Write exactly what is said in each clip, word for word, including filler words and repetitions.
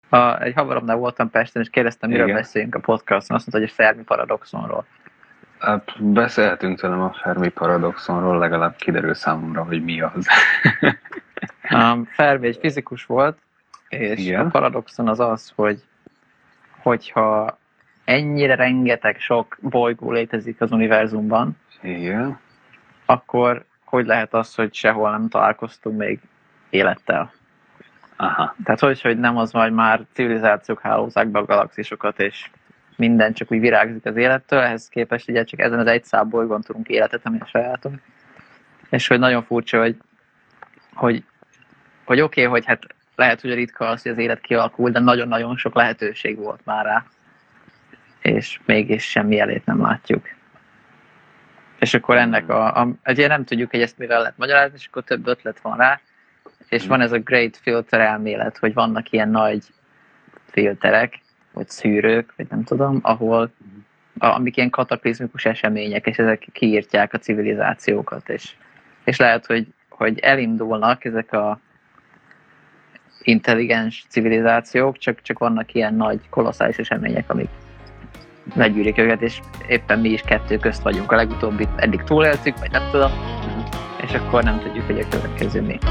A, egy haveromnál voltam Pesten, és kérdeztem, miről Igen. beszéljünk a podcaston. Azt mondta, hogy a Fermi paradoxonról. Hát beszélhetünk tőlem a Fermi paradoxonról, legalább kiderül számomra, hogy mi az. Um, Fermi egy fizikus volt, és Igen. a paradoxon az az, hogy hogyha ennyire rengeteg sok bolygó létezik az univerzumban, Igen. akkor hogy lehet az, hogy sehol nem találkoztunk még élettel? Aha. Tehát hogy, hogy nem az, hogy már civilizációk hálózzák be a galaxisokat, és minden csak úgy virágzik az élettől, ehhez képest ugye csak ezen az egy szál bolygón tudunk életet, ami a sajátunk. És hogy nagyon furcsa, hogy, hogy, hogy oké, okay, hogy hát lehet, hogy ritka az, hogy az élet kialakul, de nagyon-nagyon sok lehetőség volt már rá, és mégis semmi jelét nem látjuk. És akkor ennek a, a ugye nem tudjuk, hogy ezt mivel lehet magyarázni, és akkor több ötlet van rá, és van ez a Great Filter elmélet, hogy vannak ilyen nagy filterek, vagy szűrők, vagy nem tudom, ahol amik ilyen kataklizmikus események, és ezek kiírtják a civilizációkat, és, és lehet, hogy, hogy elindulnak ezek a intelligens civilizációk, csak, csak vannak ilyen nagy, kolosszális események, amik legyűrik őket, és éppen mi is kettő közt vagyunk. A legutóbbit eddig túléltük, vagy nem tudom, és akkor nem tudjuk, hogy a következő mi.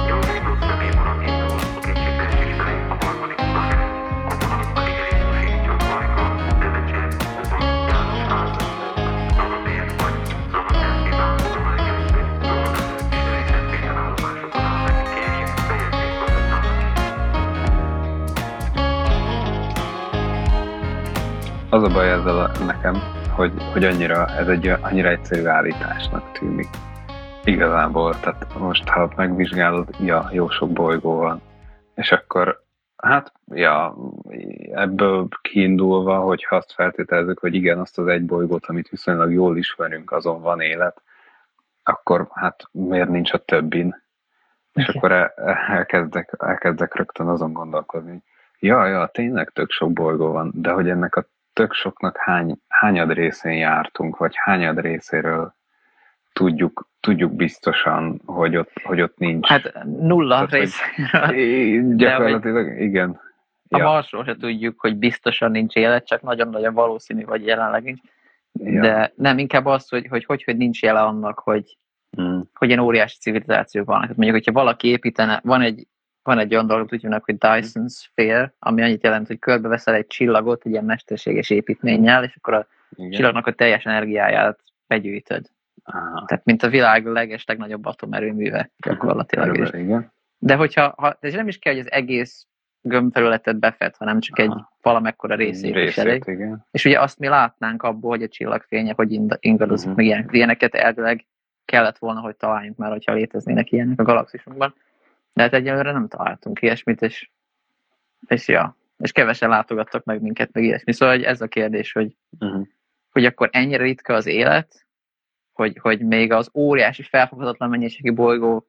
Az a baj ezzel a, nekem, hogy, hogy annyira, ez egy annyira egyszerű állításnak tűnik. Igazából, tehát most ha megvizsgálod, ja, jó sok bolygó van, és akkor, hát, ja, ebből kiindulva, hogyha azt feltételezzük, hogy igen, azt az egy bolygót, amit viszonylag jól ismerünk, azon van élet, akkor hát miért nincs a többin? És Okay. akkor el, elkezdek, elkezdek rögtön azon gondolkozni, ja, ja, tényleg tök sok bolygó van, de hogy ennek a tök soknak hány, hányad részén jártunk, vagy hányad részéről tudjuk, tudjuk biztosan, hogy ott, hogy ott nincs. Hát nulla Tehát, részéről. Gyakorlatilag, hogy igen. A Ja. Marsról se tudjuk, hogy biztosan nincs élet, csak nagyon-nagyon valószínű, hogy jelenleg nincs. Ja. De nem, inkább az, hogy hogy, hogy, hogy nincs jele annak, hogy, hmm. hogy ilyen óriási civilizációk vannak. Hát mondjuk, hogyha valaki építene, van egy, van egy olyan dolog, úgy hívnak, hogy Dyson Sphere, ami annyit jelent, hogy körbeveszel egy csillagot egy ilyen mesterséges építménnyel, és akkor a igen. csillagnak a teljes energiáját begyűjtöd. Aha. Tehát mint a világ leges, legnagyobb atomerőműve gyakorlatilag is. Igen. De hogyha, ha, ez nem is kell, hogy az egész gömbterületet befed, hanem csak aha. egy valamekkora részét, részét is elég. Igen. És ugye azt mi látnánk abból, hogy a csillagfények, hogy ingadozik, uh-huh. meg ilyenek. Ilyeneket elvileg kellett volna, hogy találjunk már, hogyha léteznének ilyenek a galaxisunkban. De hát egyelőre nem találtunk ilyesmit, és, és ja, és kevesen látogattak meg minket, meg ilyesmi. Szóval hogy ez a kérdés, hogy, uh-huh. hogy akkor ennyire ritka az élet, hogy, hogy még az óriási felfoghatatlan mennyiségű bolygó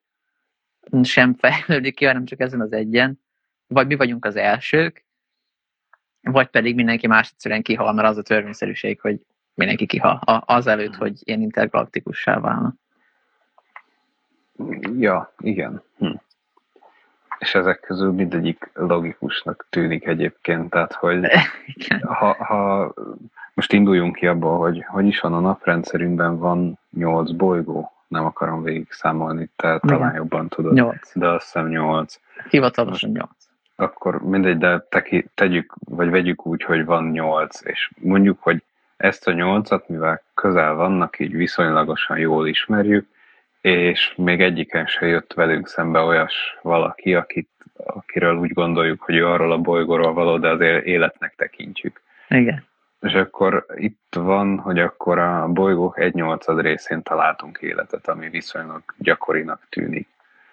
sem fejlődik ki, hanem csak ezen az egyen, vagy mi vagyunk az elsők, vagy pedig mindenki más egyszerűen kihal, mert az a törvényszerűség, hogy mindenki kihal, azelőtt, hogy ilyen intergalaktikussá válna. Ja, igen. Hm. És ezek közül mindegyik logikusnak tűnik egyébként, tehát, hogy ha, ha most induljunk ki abból, hogy hogy is van a naprendszerünkben, van nyolc bolygó, nem akarom végig számolni, te talán jobban tudod. Nyolc. De azt hiszem nyolc. Hivatalosan nyolc. Akkor mindegy, de te, tegyük, vagy vegyük úgy, hogy van nyolc, és mondjuk, hogy ezt a nyolcat, mivel közel vannak, így viszonylagosan jól ismerjük, és még egyiken se jött velünk szembe olyas valaki, akit, akiről úgy gondoljuk, hogy ő arról a bolygóról való, de azért életnek tekintjük. Igen. És akkor itt van, hogy akkor a bolygók egy nyolcad részén találtunk életet, ami viszonylag gyakorinak tűnik.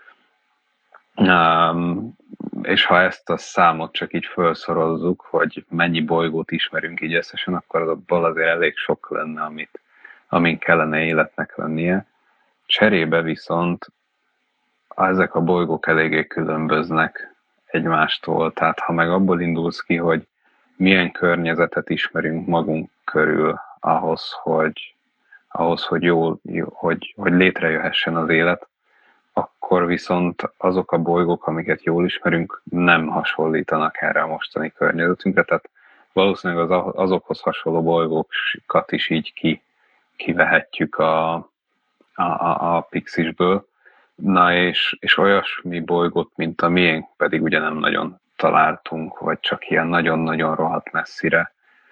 Um, és ha ezt a számot csak így felszorozzuk, hogy mennyi bolygót ismerünk így összesen, akkor abból azért elég sok lenne, amit, amin kellene életnek lennie. Cserébe viszont ezek a bolygók eléggé különböznek egymástól, tehát ha meg abból indulsz ki, hogy milyen környezetet ismerünk magunk körül ahhoz, hogy, ahhoz, hogy, jó, jó, hogy, hogy létrejöhessen az élet, akkor viszont azok a bolygók, amiket jól ismerünk, nem hasonlítanak erre a mostani környezetünkre, tehát valószínűleg az, azokhoz hasonló bolygókat is így ki, kivehetjük a, a, a, a Pixisből. Na és, és olyasmi bolygót, mint a miénk pedig ugye nem nagyon találtunk, vagy csak ilyen nagyon-nagyon rohadt messzire.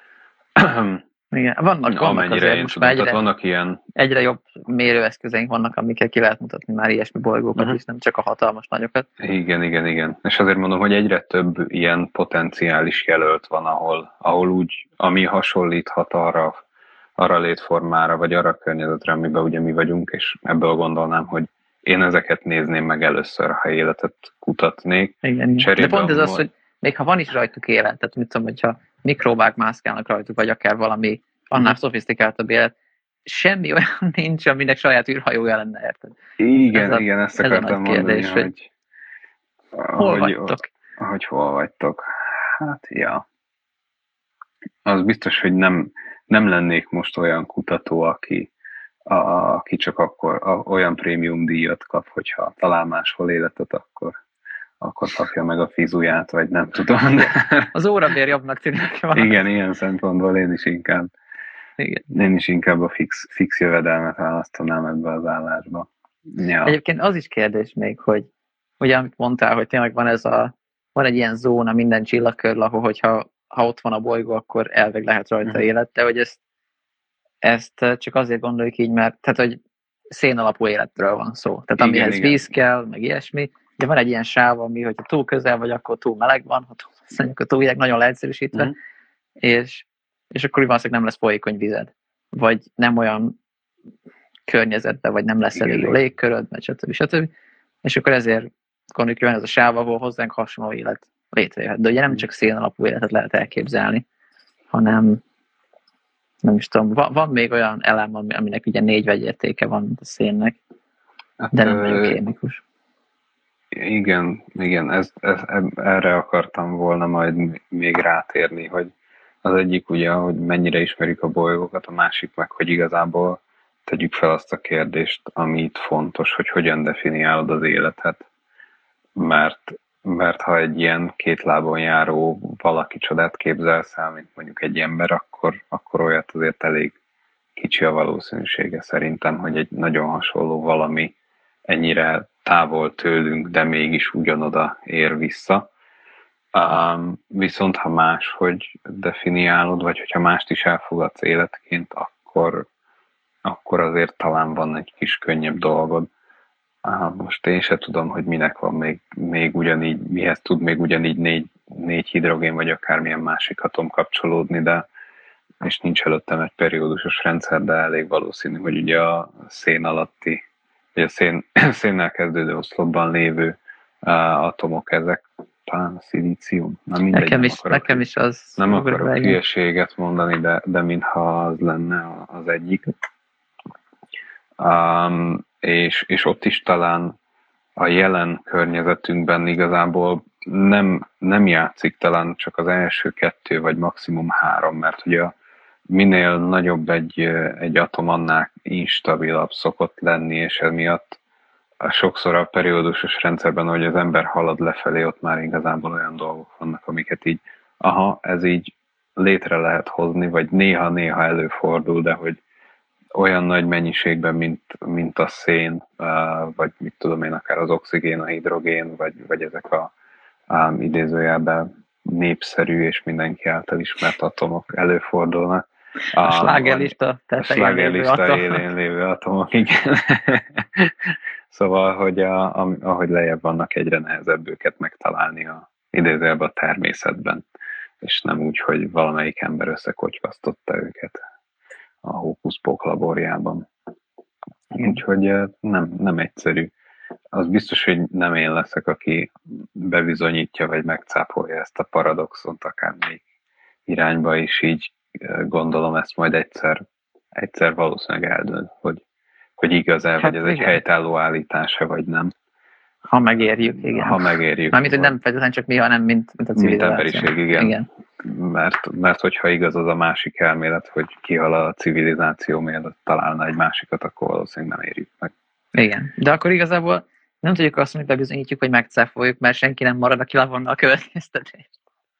Igen, vannak, vannak Amennyire azért én most tudom, már egyre, tehát vannak ilyen... egyre jobb mérőeszközeink vannak, amikkel ki lehet mutatni már ilyesmi bolygókat uh-huh. is, nem csak a hatalmas nagyokat. Igen, igen, igen. És azért mondom, hogy egyre több ilyen potenciális jelölt van, ahol, ahol úgy, ami hasonlíthat arra, arra létformára, vagy arra a környezetre, amiben ugye mi vagyunk, és ebből gondolnám, hogy én ezeket nézném meg először, ha életet kutatnék. Igen, igen. De pont ez az, hogy még ha van is rajtuk élet, tehát mit tudom, hogyha mikrobák mászkálnak rajtuk, vagy akár valami annál mm. szofisztikáltabb élet, semmi olyan nincs, aminek saját űrhajója lenne, érted? Igen, ez igen, a, ezt akartam mondani, kérdés, hogy, hogy hol hogy, vagytok? Hogy hol vagytok. Hát, ja. Az biztos, hogy nem, nem lennék most olyan kutató, aki, a, aki csak akkor a, olyan prémium díjat kap, hogyha talál máshol életet, akkor akkor kapja meg a fizuját, vagy nem tudom. De... Az órabér jobbnak tűnik. Igen, ilyen szempontból én is inkább, Igen. Én is inkább a fix, fix jövedelmet választanám ebbe az állásba. Ja. Egyébként az is kérdés még, hogy ugye amit mondtál, hogy tényleg van ez a, van egy ilyen zóna minden csillag körül, ahol hogyha ha ott van a bolygó, akkor elveg lehet rajta uh-huh. élet, de hogy ezt, ezt csak azért gondoljuk így, mert tehát, hogy szén alapú életről van szó. Tehát igen, amihez igen. víz kell, meg ilyesmi, de van egy ilyen sáv, ami, hogyha túl közel vagy, akkor túl meleg van, ha túl, akkor túl hideg, nagyon leegyszerűsítve, uh-huh. és, és akkor valószínűleg nem lesz folyékony vized, vagy nem olyan környezetben, vagy nem lesz elég jó légköröd, vagy stb. stb. És akkor ezért gondoljuk, hogy van ez a sáv, ahol hozzánk hasonló élet létrejöhet. De ugye nem csak szén alapú életet lehet elképzelni, hanem nem is tudom, van, van még olyan elem, aminek ugye négy vegyértéke van, mint a szénnek, hát, de nem nagyon kémikus. Igen, igen, ez, ez, erre akartam volna majd még rátérni, hogy az egyik ugye, hogy mennyire ismerjük a bolygókat, a másik meg, hogy igazából tegyük fel azt a kérdést, ami itt fontos, hogy hogyan definiálod az életet. Mert, mert ha egy ilyen két lábon járó valaki csodát képzelsz el, mint mondjuk egy ember, akkor, akkor olyat azért elég kicsi a valószínűsége szerintem, hogy egy nagyon hasonló valami ennyire távol tőlünk, de mégis ugyanoda ér vissza. Um, viszont ha máshogy definiálod, vagy hogyha mást is elfogadsz életként, akkor, akkor azért talán van egy kis könnyebb dolgod. Uh, most én se tudom, hogy minek van még, még ugyanígy, mihez tud még ugyanígy négy, négy hidrogén, vagy akármilyen másik atom kapcsolódni, de és nincs előttem egy periódusos rendszer, de elég valószínű, hogy ugye a szén alatti, vagy a szén, szénnel kezdődő oszlopban lévő uh, atomok ezek, talán a szilícium. Na mindegy, nekem, is, akarok, nekem is az... Nem akarok hülyeséget mondani, de, de mintha az lenne az egyik. Um, és, és ott is talán a jelen környezetünkben igazából nem, nem játszik talán csak az első kettő, vagy maximum három, mert ugye minél nagyobb egy, egy atom, annál instabilabb szokott lenni, és emiatt sokszor a periódusos rendszerben, hogy az ember halad lefelé, ott már igazából olyan dolgok vannak, amiket így, aha, ez így létre lehet hozni, vagy néha-néha előfordul, de hogy olyan nagy mennyiségben, mint, mint a szén, vagy mit tudom én, akár az oxigén, a hidrogén, vagy, vagy ezek a um, idézőjelben népszerű és mindenki által ismert atomok előfordulnak. A, a slágerlista, a slágerlista élén lévő atomok, igen. Szóval, hogy a, a, ahogy lejjebb vannak, egyre nehezebb őket megtalálni a idézőjelben a természetben, és nem úgy, hogy valamelyik ember összekocskasztotta őket a hókuszpók laborjában. Úgyhogy nem, nem egyszerű. Az biztos, hogy nem én leszek, aki bebizonyítja, vagy megcápolja ezt a paradoxont akármelyik irányba, és így gondolom ezt majd egyszer, egyszer valószínűleg eldönt, hogy, hogy igaz-e, hát vagy ez igen. egy helytálló állítása, vagy nem. Ha megérjük, igen. Ha megérjük. Mármint, hogy nem feltétlenül csak mi, hanem mint, mint a civilizáció. Mint emberiség, igen. igen. Mert, mert hogyha igaz az a másik elmélet, hogy kihal a civilizáció, mielőtt találna egy másikat, akkor valószínűleg nem érjük meg. Igen, de akkor igazából nem tudjuk azt mondani, bebizonyítjuk, hogy megcáfoljuk, mert senki nem marad, aki levonna a következtetést.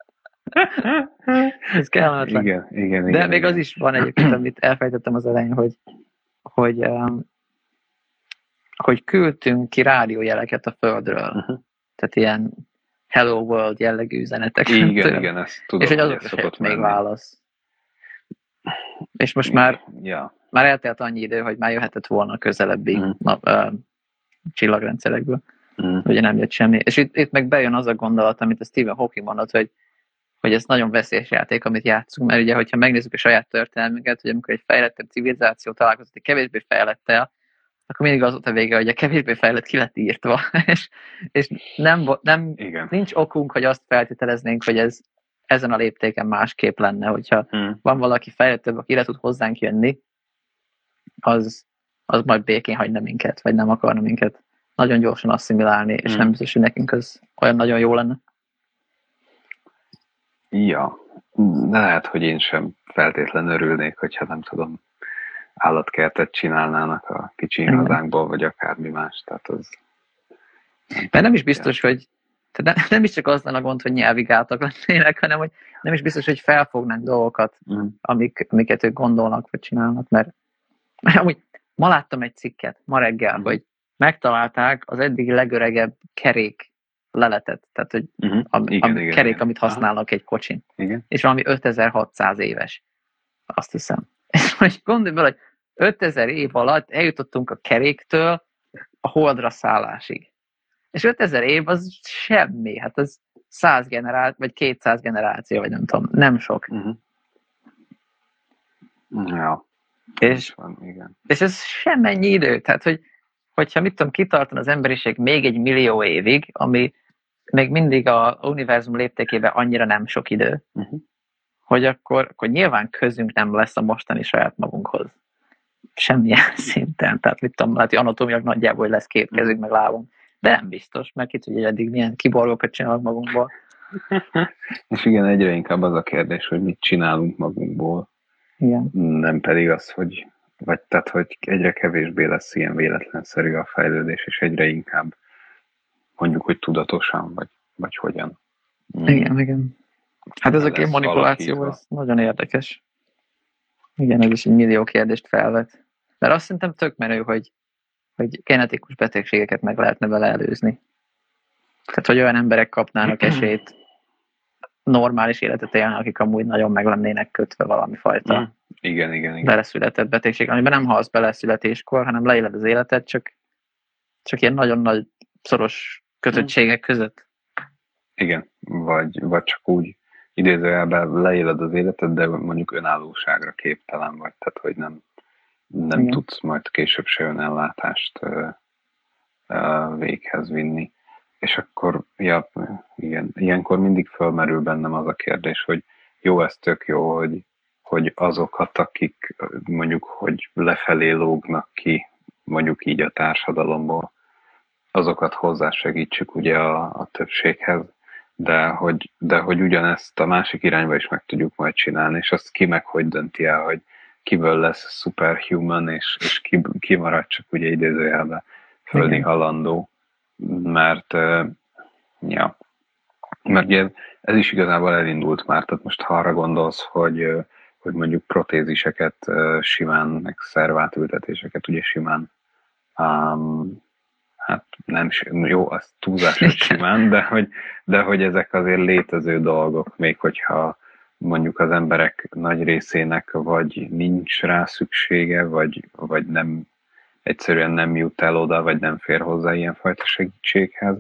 Ez kellemetlen. Igen, igen, De igen, még igen. az is van egyébként, amit elfejtettem az elején, hogy, hogy, um, hogy küldtünk ki rádiójeleket a Földről. Uh-huh. Tehát ilyen Hello World jellegű üzenetek. Igen, igen, ezt tudom, és hogy hogy azokra ez se szokott még menni. válasz. És most már, ja. már eltelt annyi idő, hogy már jöhetett volna a közelebbi uh-huh. nap, uh, csillagrendszerekből. Uh-huh. Ugye nem jött semmi. És itt, itt meg bejön az a gondolat, amit a Stephen Hawking mondott, hogy, hogy ez nagyon veszélyes játék, amit játszunk, mert ugye, hogyha megnézzük a saját történelmünket, hogy amikor egy fejlettebb civilizáció találkozott egy kevésbé fejlettel, akkor mindig az volt a vége, hogy a kevésbé fejlett ki lett írtva. és és nem, nem, nincs okunk, hogy azt feltételeznénk, hogy ez ezen a léptéken másképp lenne, hogyha hmm. van valaki fejlettebb, aki le tud hozzánk jönni, az, az majd békén hagyna minket, vagy nem akarna minket nagyon gyorsan asszimilálni, és hmm. nem biztos, hogy nekünk az olyan nagyon jó lenne. Ja, de lehet, hogy én sem feltétlenül örülnék, hogyha nem tudom, állatkertet csinálnának a kicsi hazánkból, vagy akármi más. Tehát az... Mert nem is biztos, ja. hogy tehát nem, nem is csak az lenne a gond, hogy nyelvi gátak lennének, hanem hogy nem is biztos, hogy felfognak dolgokat, mm. amik, amiket ők gondolnak, vagy csinálnak, mert, mert amúgy ma láttam egy cikket, ma reggel, mm. hogy megtalálták az eddigi legöregebb kerék leletet, tehát hogy mm-hmm. a, igen, a igen, kerék, igen. amit használnak Aha. egy kocsin. Igen. És valami ötezer-hatszáz éves. Azt hiszem. És most gondolj bele, hogy ötezer év alatt eljutottunk a keréktől a holdra szállásig. És ötezer év az semmi, hát az száz generáció, vagy kétszáz generáció, vagy nem tudom, nem sok. Uh-huh. Ja. És, van, igen. és ez semmennyi idő, tehát hogy, hogyha mit tudom, kitartan az emberiség még egy millió évig, ami még mindig a univerzum léptékében annyira nem sok idő, uh-huh. hogy akkor, akkor nyilván közünk nem lesz a mostani saját magunkhoz. Semmilyen szinten, tehát mit tudom, lehet, hogy anatómiailag nagyjából hogy lesz két kezünk, meg lábunk. De nem biztos, mert ki tudja, hogy eddig milyen kiborgokat csinálunk magunkból. És igen, egyre inkább az a kérdés, hogy mit csinálunk magunkból. Igen. Nem pedig az, hogy, vagy tehát, hogy egyre kevésbé lesz ilyen véletlenszerű a fejlődés, és egyre inkább mondjuk, hogy tudatosan, vagy, vagy hogyan. Igen, hmm. igen. Hát ez a kép manipuláció, ez nagyon érdekes. Igen, ez is egy millió kérdést felvet. Mert azt szerintem tök menő, hogy hogy genetikus betegségeket meg lehetne vele előzni. Tehát, hogy olyan emberek kapnának esélyt normális életet élni, akik amúgy nagyon meg lennének kötve valami fajta mm. igen, igen, igen. beleszületett betegség, amiben nem halsz bele születéskor, hanem leéled az életet, csak, csak ilyen nagyon nagy szoros kötöttségek között. Igen, vagy, vagy csak úgy idézőjelben leéled az életet, de mondjuk önállóságra képtelen vagy, tehát hogy nem nem igen. tudsz majd később se önellátást uh, uh, véghez vinni. És akkor, ja, igen, ilyenkor mindig fölmerül bennem az a kérdés, hogy jó, ez tök jó, hogy, hogy azokat, akik mondjuk, hogy lefelé lógnak ki, mondjuk így a társadalomból, azokat hozzásegítsük ugye a, a többséghez, de hogy, de hogy ugyanezt a másik irányba is meg tudjuk majd csinálni, és azt ki meg hogy dönti el, hogy kiből lesz superhuman, és, és ki, ki marad csak ugye idézőjelben földi igen. halandó, mert uh, ja, mert ugye ez, ez is igazából elindult már, tehát most ha arra gondolsz, hogy, uh, hogy mondjuk protéziseket uh, simán, meg szervátültetéseket ugye simán um, hát nem, jó, az túlzás, hogy simán, de hogy, de hogy ezek azért létező dolgok, még hogyha mondjuk az emberek nagy részének vagy nincs rá szüksége, vagy, vagy nem, egyszerűen nem jut el oda, vagy nem fér hozzá ilyenfajta segítséghez,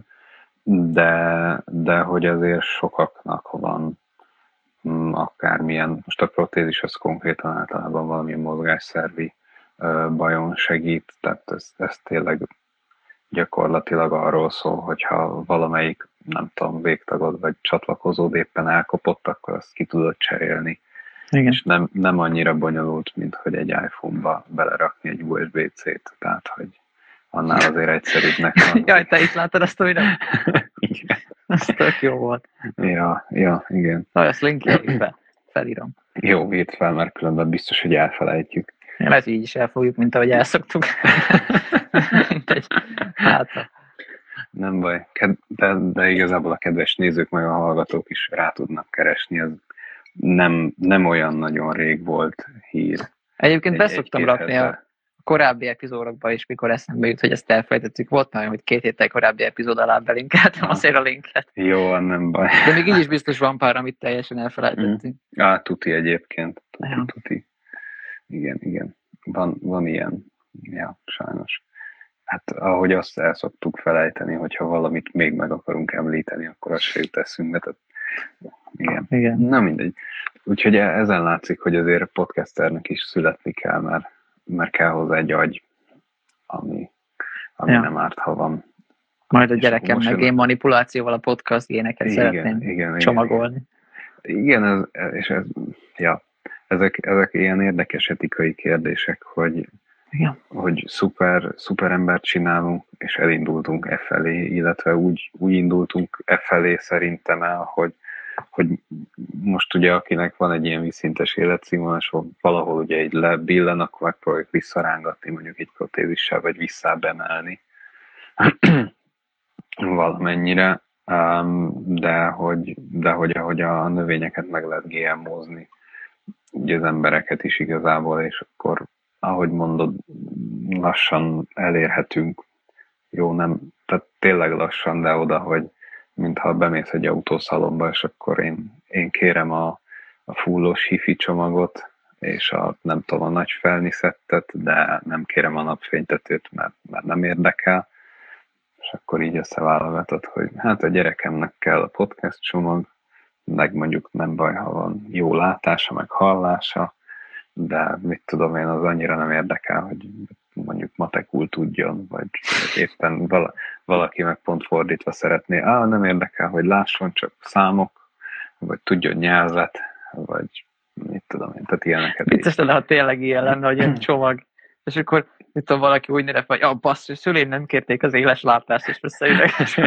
de, de hogy azért sokaknak van akármilyen, most a protézis az konkrétan általában valamilyen mozgásszervi bajon segít, tehát ez, ez tényleg gyakorlatilag arról szól, hogyha valamelyik, nem tudom, végtagod vagy csatlakozód éppen elkopott, akkor azt ki tudod cserélni. Igen. És nem, nem annyira bonyolult, mint hogy egy iPhone-ba belerakni egy u es bé cét, tehát hogy annál azért egyszerűbbnek van. Jaj, te is láttad azt a videót? Igen. Ez tök jó volt. Ja, ja, igen. Na, ezt linkeljuk be, felírom. Jó, írt fel, mert különben biztos, hogy elfelejtjük. Lehet, így is elfogjuk, mint ahogy elszoktuk. Mint egy hátra. Nem baj, Ked- de, de igazából a kedves nézők meg a hallgatók is rá tudnak keresni, ez nem, nem olyan nagyon rég volt hír. Egyébként Egy, beszoktam egy-két rakni a hete. korábbi epizódokba is, mikor eszembe jut, hogy ezt elfejtettük. Volt már, hogy két héttel korábbi epizód alá belinkeltem Aha. azért a linket. Jó, nem baj. De még így is biztos van pár, amit teljesen Mm. elfelejtettünk. Á, tuti egyébként. Tuti, Ja. tuti. Igen, igen. Van, van ilyen. Ja, sajnos. Hát ahogy azt el szoktuk felejteni, hogyha valamit még meg akarunk említeni, akkor az se jut eszünkbe. Tehát, igen. Igen. Na mindegy. Úgyhogy e- ezen látszik, hogy azért a podcasternek is születni kell, mert, mert kell hozzá egy agy, ami, ami Ja. nem árt, ha van. Majd a És gyerekem most meg jön- én manipulációval a podcast géneket Igen, szeretném igen, igen, csomagolni. Igen, ez, és ez, ja, ezek, ezek ilyen érdekes etikai kérdések, hogy, Igen. hogy szuper, szuper embert csinálunk, és elindultunk e felé, illetve úgy, úgy indultunk e felé szerintem el, hogy, hogy most ugye akinek van egy ilyen vízszintes életszínvonal, és valahol ugye egy lebillen, akkor megpróbáljuk visszarángatni mondjuk egy protézissel, vagy visszább emelni valamennyire, um, de hogy, de hogy ahogy a növényeket meg lehet gé em ó-zni, ugye az embereket is igazából, és akkor, ahogy mondod, lassan elérhetünk, jó, nem, tehát tényleg lassan, de oda, hogy mintha bemész egy autószalomba, és akkor én, én kérem a, a fullós hifi csomagot, és a, nem tudom, a nagy felniszettet, de nem kérem a napfénytetőt, mert, mert nem érdekel, és akkor így összeválogatod, hogy hát a gyerekemnek kell a podcast csomag, meg mondjuk nem baj, ha van jó látása, meg hallása, de mit tudom én, az annyira nem érdekel, hogy mondjuk matekul tudjon, vagy éppen vala, valaki meg pont fordítva szeretné, á, nem érdekel, hogy lásson csak számok, vagy tudjon nyelvet, vagy mit tudom én, tehát ilyeneket. Vicces lenne, ha tényleg ilyen lenne, hogy egy csomag, és akkor mit tudom, valaki úgy nére, hogy ja, basszus, szüleim nem kérték az éles látást, és összeüveges.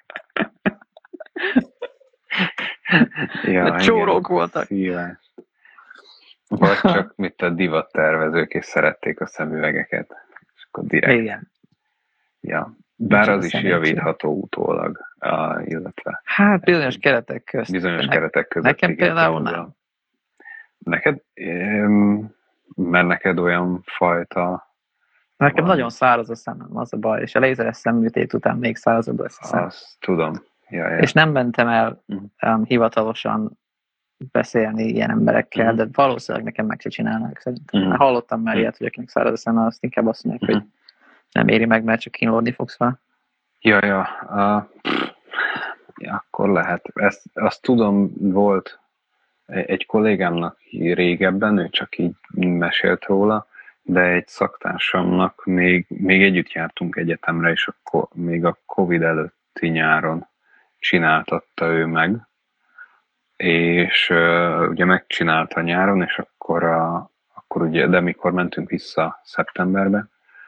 Ja, csórók voltak. Szívás. Vagy csak mit a divattervezők, és szerették a szemüvegeket. És akkor direkt. Igen. Ja. Bár Nincs az is szerencsé. javítható utólag, uh, illetve Hát bizonyos keretek közt. bizonyos Ne- keretek között. nekem igen, például tudom. nem. Neked? Um, mert neked olyan fajta... Nekem van. nagyon száraz a szemem, az a baj, és a lézeres szemműtét után még szárazabb lesz a szem. Azt tudom. Ja, ja. És nem mentem el Mhm. um, hivatalosan beszélni ilyen emberekkel, Mhm. de valószínűleg nekem meg se csinálnak szerintem. Mhm. Mert hallottam már Mhm. ilyet, hogy akinek száraz a szeme, azt inkább azt mondják, Mhm. hogy nem éri meg, mert csak kínlódni fogsz fel. Ja, ja. Uh, ja, akkor lehet. Ezt, azt tudom, volt egy kollégámnak régebben, ő csak így mesélt róla, de egy szaktársamnak még, még együtt jártunk egyetemre, és akkor még a Covid előtti nyáron csináltatta ő meg, és uh, ugye megcsinálta nyáron, és akkor, a, akkor ugye, de mikor mentünk vissza szeptemberbe,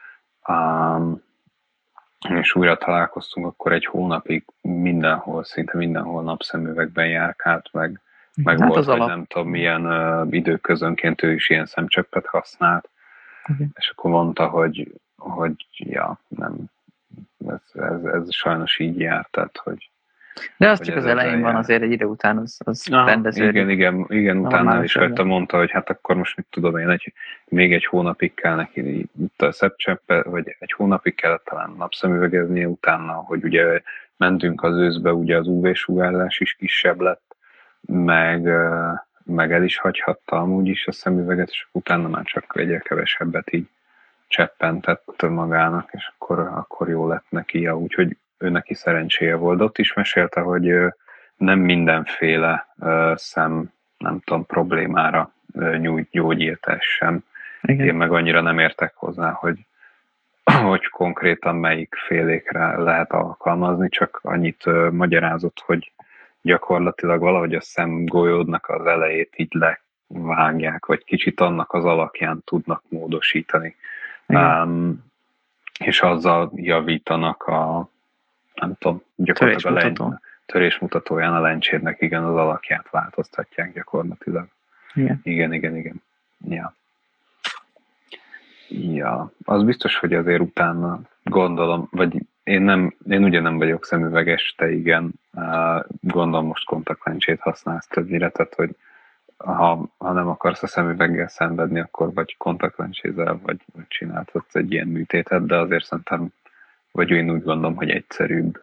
um, és újra találkoztunk, akkor egy hónapig mindenhol, szinte mindenhol napszemüvegben járkált, meg, meg Hát volt, az hogy alap. nem tudom milyen uh, időközönként ő is ilyen szemcseppet használt, Okay. és akkor mondta, hogy, hogy ja, nem, ez, ez, ez sajnos így járt, tehát, hogy De az hogy csak ez az elején ezzel van, jár. azért egy idő után az, az Aha, rendeződik. igen, igen, igen, utána el Normális is hagyta, ebben. mondta, hogy hát akkor most mit tudom én, egy, még egy hónapig kell neki itt a szepcseppe, vagy egy hónapig kellett talán napszemüvegezni, utána, hogy ugye mentünk az őszbe, ugye az ú vé-sugárzás is kisebb lett, meg, ö, meg el is hagyhatta amúgy is a szemüveget, és utána már csak egyre kevesebbet így cseppentett magának, és akkor, akkor jó lett neki, ja, úgyhogy ő neki szerencséje volt. Ott is mesélte, hogy ö, nem mindenféle ö, szem, nem tudom, problémára ö, nyújt gyógyírtás sem. Igen. Én meg annyira nem értek hozzá, hogy, hogy konkrétan melyik félékre lehet alkalmazni, csak annyit ö, magyarázott, hogy gyakorlatilag valahogy a szemgolyódnak az elejét így levágják, vagy kicsit annak az alakján tudnak módosítani. Um, és azzal javítanak a, nem tudom, gyakorlatilag a lengy, törésmutatóján a lencsédnek, igen, az alakját változtatják gyakorlatilag. Igen, igen, igen. igen. Ja. Ja, az biztos, hogy azért utána gondolom, vagy én, nem, én ugye nem vagyok szemüveges, te igen. Gondolom most kontaktlencsét használsz többnyire, tehát hogy ha, ha nem akarsz a szemüveggel szenvedni, akkor vagy kontaktlencsézel, vagy, vagy csinálhatsz egy ilyen műtétet, de azért szerintem, vagy én úgy gondolom, hogy egyszerűbb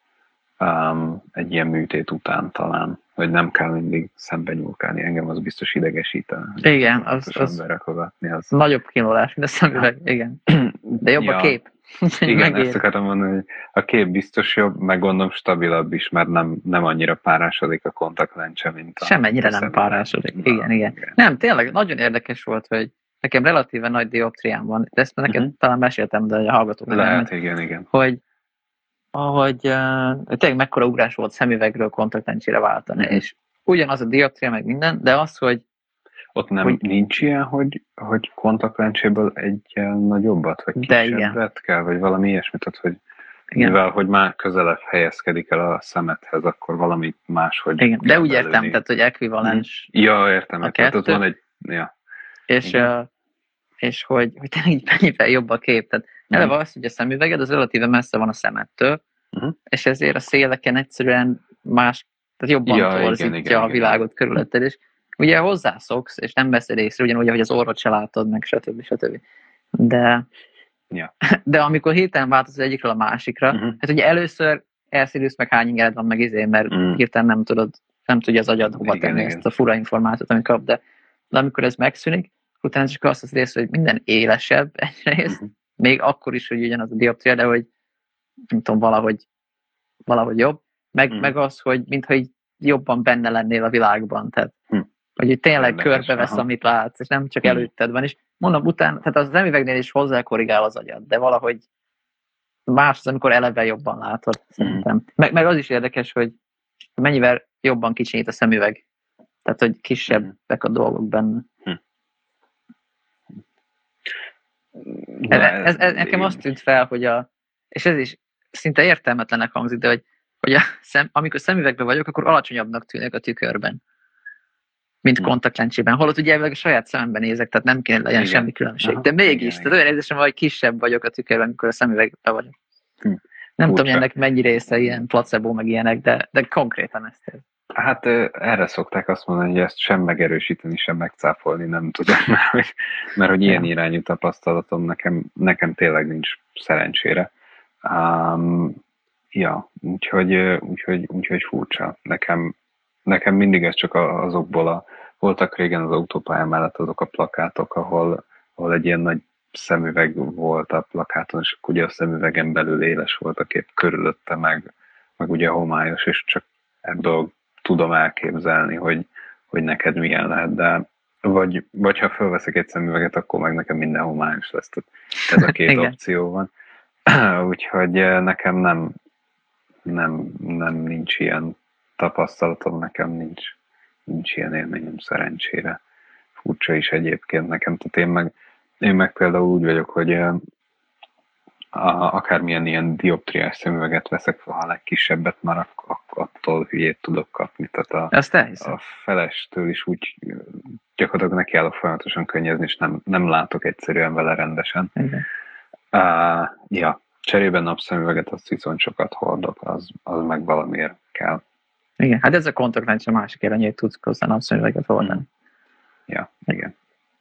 um, egy ilyen műtét után talán, hogy nem kell mindig szemben nyúlkálni. Engem az biztos idegesítene. Igen, az, az az nagyobb kínlólás, mint a szemüveg, igen. De jobb ja, a kép. Igen, Megér. ezt akartam mondani, hogy a kép biztos jobb, meg gondolom stabilabb is, mert nem, nem annyira párásodik a kontaktlencse, mint a Semmennyire a nem szemüveg. párásodik. Na, Igen, igen, igen. Nem, tényleg nagyon érdekes volt, hogy nekem relatíve nagy dioptriám van, de ezt neked uh-huh. talán meséltem, de a hallgatók lehet, nem, igen, igen. Hogy, hogy uh, tényleg mekkora ugrás volt szemüvegről kontaktlencsére váltani, uh-huh. és ugyanaz a dioptria, meg minden, de az, hogy ott nem hogy, nincs ilyen, hogy, hogy kontaktlencséből egy nagyobbat, vagy kisebbet kell, vagy valami ilyesmit, tehát, hogy igen. Mivel, hogy már közelebb helyezkedik el a szemedhez, akkor valami máshogy. Igen, de úgy belőni. Értem, tehát, hogy ekvivalens. Ja, értem, a tehát ott van egy. Ja. És, uh, és hogy, hogy te így mennyivel jobb a kép. Tehát uh-huh. eleve az, hogy a szemüveged az relatíve messze van a szemettől, uh-huh. és ezért a széleken egyszerűen más, tehát jobban ja, torzítja igen, igen, a világot igen. körülötted, és ugye hozzászoksz, és nem veszed észre, ugyanúgy, hogy az orrot se látod, meg stb. stb. De ja. De amikor hirtelen változ az egyikről a másikra, uh-huh. hát ugye először elszívülsz meg hány ingered van meg izé, mert uh-huh. hirtelen nem tudod, nem tudja az agyad hova tenni igen. ezt a fura információt, amit kap, de, de amikor ez megszűnik, utána csak azt az rész, hogy minden élesebb egyrészt, uh-huh. még akkor is, hogy ugyanaz a dioptria, de hogy nem tudom, valahogy, valahogy jobb, meg, uh-huh. meg az, hogy mintha így jobban benne lennél a világban, tehát uh-huh. hogy így tényleg körbevesz, amit látsz, és nem csak uh-huh. előtted van, és mondom, utána, tehát az szemüvegnél is hozzákorrigál az agyad, de valahogy más az, amikor eleve jobban látod, szerintem. Mm. Meg, meg az is érdekes, hogy mennyivel jobban kicsinyít a szemüveg. Tehát, hogy kisebbek a dolgok benne. Mm. Ez, ez, ez nekem azt tűnt fel, hogy a, és ez is szinte értelmetlenek hangzik, de hogy, hogy a szem, amikor szemüvegben vagyok, akkor alacsonyabbnak tűnök a tükörben, mint hmm. kontaktlencsében. Holott ugye a saját szememben nézek, tehát nem kéne legyen igen. semmi különbség. Aha, de mégis, tehát olyan érzésem, hogy kisebb vagyok a tükörben, amikor a szemüvegben vagyok. Hmm. Nem Furcsa. tudom, ennek mennyi része ilyen placebo, meg ilyenek, de, de konkrétan ezt ér. Hát erre szokták azt mondani, hogy ezt sem megerősíteni, sem megcáfolni nem tudom, mert hogy, mert, hogy ilyen ja. irányú tapasztalatom nekem, nekem tényleg nincs szerencsére. Um, ja, úgyhogy, úgyhogy, úgyhogy furcsa. Nekem Nekem mindig ez csak azokból a, voltak régen az autópályán mellett azok a plakátok, ahol, ahol egy ilyen nagy szemüveg volt a plakáton, és akkor ugye a szemüvegen belül éles volt a kép körülötte, meg, meg ugye homályos, és csak ebből tudom elképzelni, hogy, hogy neked milyen lehet, de vagy, vagy ha felveszek egy szemüveget, akkor meg nekem minden homályos lesz. Tehát ez a két opció van. Úgyhogy nekem nem, nem, nem nincs ilyen tapasztalatom, nekem nincs, nincs ilyen élményem szerencsére. Furcsa is egyébként nekem. Tehát én meg, én meg például úgy vagyok, hogy a, akármilyen ilyen dioptriás szemüveget veszek, ha a legkisebbet, már attól hülyét tudok kapni. Tehát a, a felestől is úgy gyakorlatilag nekiállok folyamatosan könnyezni, és nem, nem látok egyszerűen vele rendesen. Okay. Uh, ja, cserében napszemüveget azt viszont sokat hordok, az, az meg valamiért kell. Igen, hát ez a kontaktlencse másik érvényű, hogy tudsz hozzá napszemüveget hordani. Mm. Ja, igen.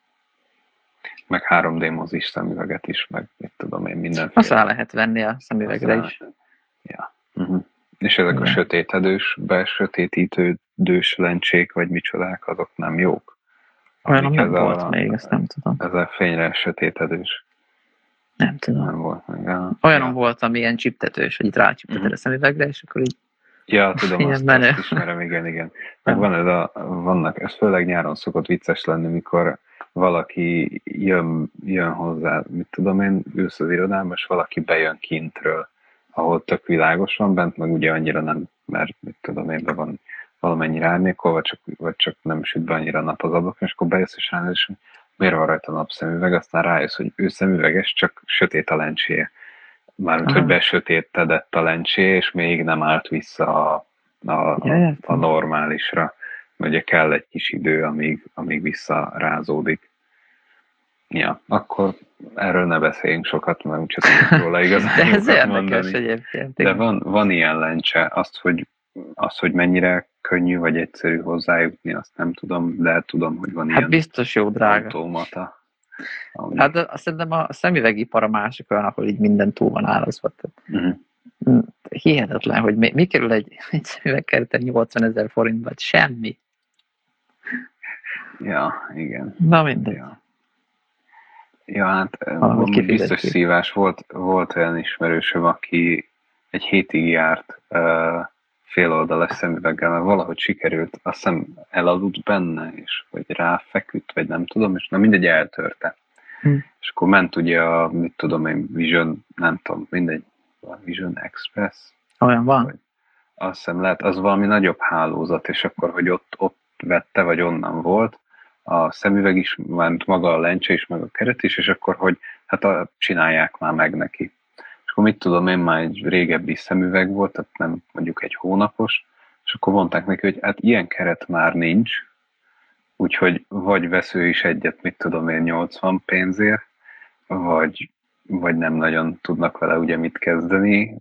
Meg három dé mozis szemüveget is, meg mit tudom én, mindenféle. Azt rá lehet venni a szemüvegre is. Ja. Uh-huh. És ezek igen. a sötétedős, besötétítődős lencsék, vagy micsodák, azok nem jók? Olyan nem volt a, még, ezt nem tudom. Ez a fényre sötétedős. Nem tudom. Nem volt meg. Ja. Olyan ja. volt, ami ilyen csiptetős, hogy itt rácsipteted uh-huh. a szemüvegre, és akkor így ja, tudom, azt, azt ismerem, igen, igen. Meg van ez a, vannak, ez főleg nyáron szokott vicces lenni, mikor valaki jön, jön hozzá, mit tudom én, ülsz az irodába, és valaki bejön kintről, ahol tök világos van bent, meg ugye annyira nem, mert mit tudom én, be van valamennyire árnyékol, vagy csak, vagy csak nem süt be annyira nap az ablakon, és akkor bejössz és ránéz, és miért van rajta napszemüveg, aztán rájössz, hogy ő szemüveges, csak sötét a lencséje. Mármint, aha. hogy besötétedett a lencsé, és még nem állt vissza a, a, ja, a normálisra. Ugye kell egy kis idő, amíg, amíg visszarázódik. Ja, akkor erről ne beszéljünk sokat, mert úgyse tudok róla igazán De ez jókat érdekes mondani. egyébként. De Igen. van, van ilyen lencse, azt hogy, azt, hogy mennyire könnyű vagy egyszerű hozzájutni, azt nem tudom, de tudom, hogy van Hát ilyen biztos jó drága. automata. Ami... Hát de azt szerintem a szemüvegipar a másik olyan, ahol így minden túl van árazva. Uh-huh. Hihetetlen, hogy mi, mi kerül egy, egy szemüvegkereten nyolcvanezer forintba, semmi. Ja, igen. Na mindegy. Ja, ja hát Valahogy biztos ki. szívás. Volt, volt olyan ismerősöm, aki egy hétig járt uh, féloldalas szemüveggel, mert valahogy sikerült, azt hiszem elaludt benne, és vagy ráfeküdt, vagy nem tudom, és na mindegy, eltörte. Hm. És akkor ment ugye a, mit tudom én, Vision, nem tudom, mindegy, a Vision Express. Olyan van? Vagy, azt hiszem lehet, az valami nagyobb hálózat, és akkor, hogy ott, ott vette, vagy onnan volt, a szemüveg is, ment maga a lencse is, meg a keret is, és akkor, hogy hát a, csinálják már meg neki. És akkor mit tudom én, már egy régebbi szemüveg volt, tehát nem mondjuk egy hónapos, és akkor mondták neki, hogy hát ilyen keret már nincs, úgyhogy vagy vesző is egyet, mit tudom én, nyolcvan pénzért, vagy, vagy nem nagyon tudnak vele ugye mit kezdeni,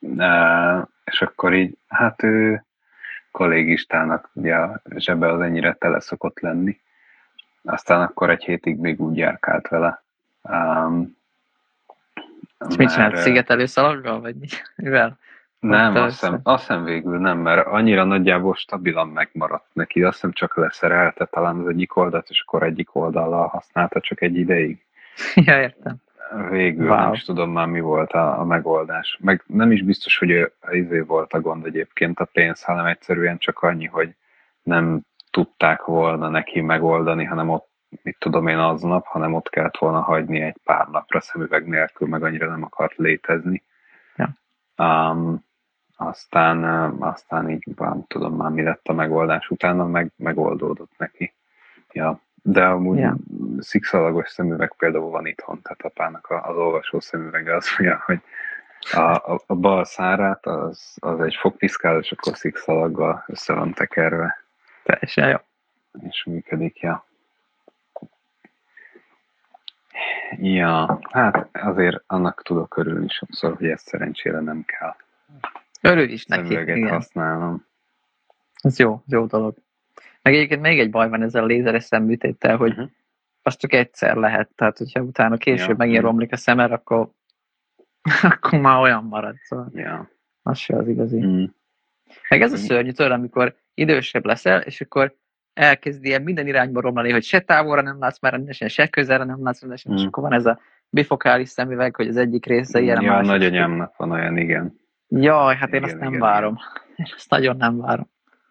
és akkor így, hát ő kollégistának ugye a zsebe az ennyire tele szokott lenni. Aztán akkor egy hétig még úgy járkált vele. Um, és mit csinált? Szigetelő szalaggal? Vagy mivel? Nem, azt hiszem, azt hiszem végül nem, mert annyira nagyjából stabilan megmaradt neki. Azt hiszem csak leszerelte talán az egyik oldalt, és akkor egyik oldallal használta csak egy ideig. Ja, értem. Végül wow. Nem is tudom már mi volt a, a megoldás. Meg nem is biztos, hogy ő, izé volt a gond egyébként a pénz, hanem egyszerűen csak annyi, hogy nem tudták volna neki megoldani, hanem ott, mit tudom én aznap, hanem ott kellett volna hagyni egy pár napra szemüveg nélkül, meg annyira nem akart létezni. Ja. Um, aztán, aztán így nem tudom már mi lett a megoldás, utána meg, megoldódott neki. Ja. De amúgy yeah. szikszalagos szemüveg például van itthon, tehát apának az olvasó szemüvege az olyan, hogy a, a, a bal szárát az, az egy fogpiszkál, és akkor szikszalaggal össze van tekerve. Teljesen jó. És működik, ja. Ja, hát azért annak tudok örülni sokszor, hogy ezt szerencsére nem kell. Örül is neki. Szemüveget használnom. Ez jó, jó dolog. Meg egyébként még egy baj van ezzel a lézeres szemműtéttel, hogy uh-huh. az csak egyszer lehet. Tehát, hogyha utána később ja. megint romlik a szemed, akkor, akkor már olyan marad. Szóval ja. az se az igazi. Mm. Meg ez a szörnyű tőle, amikor idősebb leszel, és akkor elkezd ilyen minden irányba romlani, hogy se távolra nem látsz már rendesen, se közelre nem látsz rendesen, mm. és akkor van ez a bifokális szemüveg, hogy az egyik része ilyen ja, a másik. Ja, nagyanyámnak van olyan, igen. Jaj, hát igen, én azt nem igen, várom. Én azt nagyon nem várom.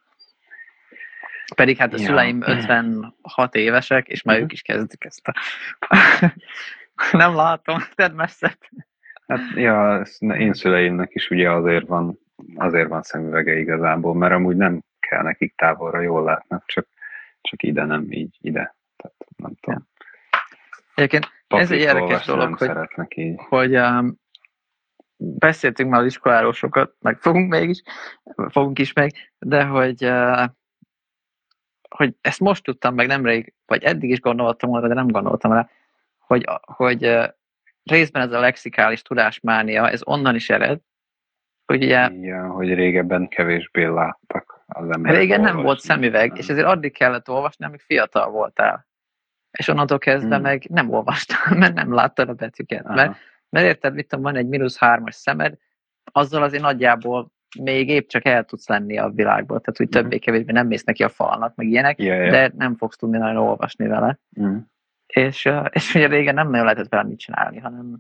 Pedig hát a ja. szüleim ötvenhat évesek, és már uh-huh. ők is kezdik ezt a... nem látom, tedd messzebb. Hát, ja, én szüleimnek is ugye azért van, azért van szemüvege igazából, mert amúgy nem kell nekik távolra jól látnak, csak, csak ide nem így, ide. Tehát nem tudom. Ja. Egyébként ez egy érdekes dolog, hogy, hogy um, beszéltünk már az iskoláról sokat, meg fogunk még is, fogunk is meg, de hogy uh, hogy ezt most tudtam meg nemrég, vagy eddig is gondoltam volna, de nem gondoltam rá, hogy, hogy uh, részben ez a lexikális tudásmánia, ez onnan is ered, hogy ugye... Ja, hogy régebben kevésbé láttak az emberek. Régen nem volt szemüveg, nem. És ezért addig kellett olvasni, amíg fiatal voltál. És onnantól kezdve hmm. meg nem olvastál, mert nem láttad a betűket. Mert, mert érted, mit tudom, van egy mínusz hármas szemed, azzal azért nagyjából még épp csak el tudsz lenni a világból, tehát úgy mm. többé-kevésbé nem mész neki a falnak, meg ilyenek, yeah, yeah. de nem fogsz tudni nagyon olvasni vele. Mm. És, és ugye régen nem nagyon lehetett vele mit csinálni, hanem,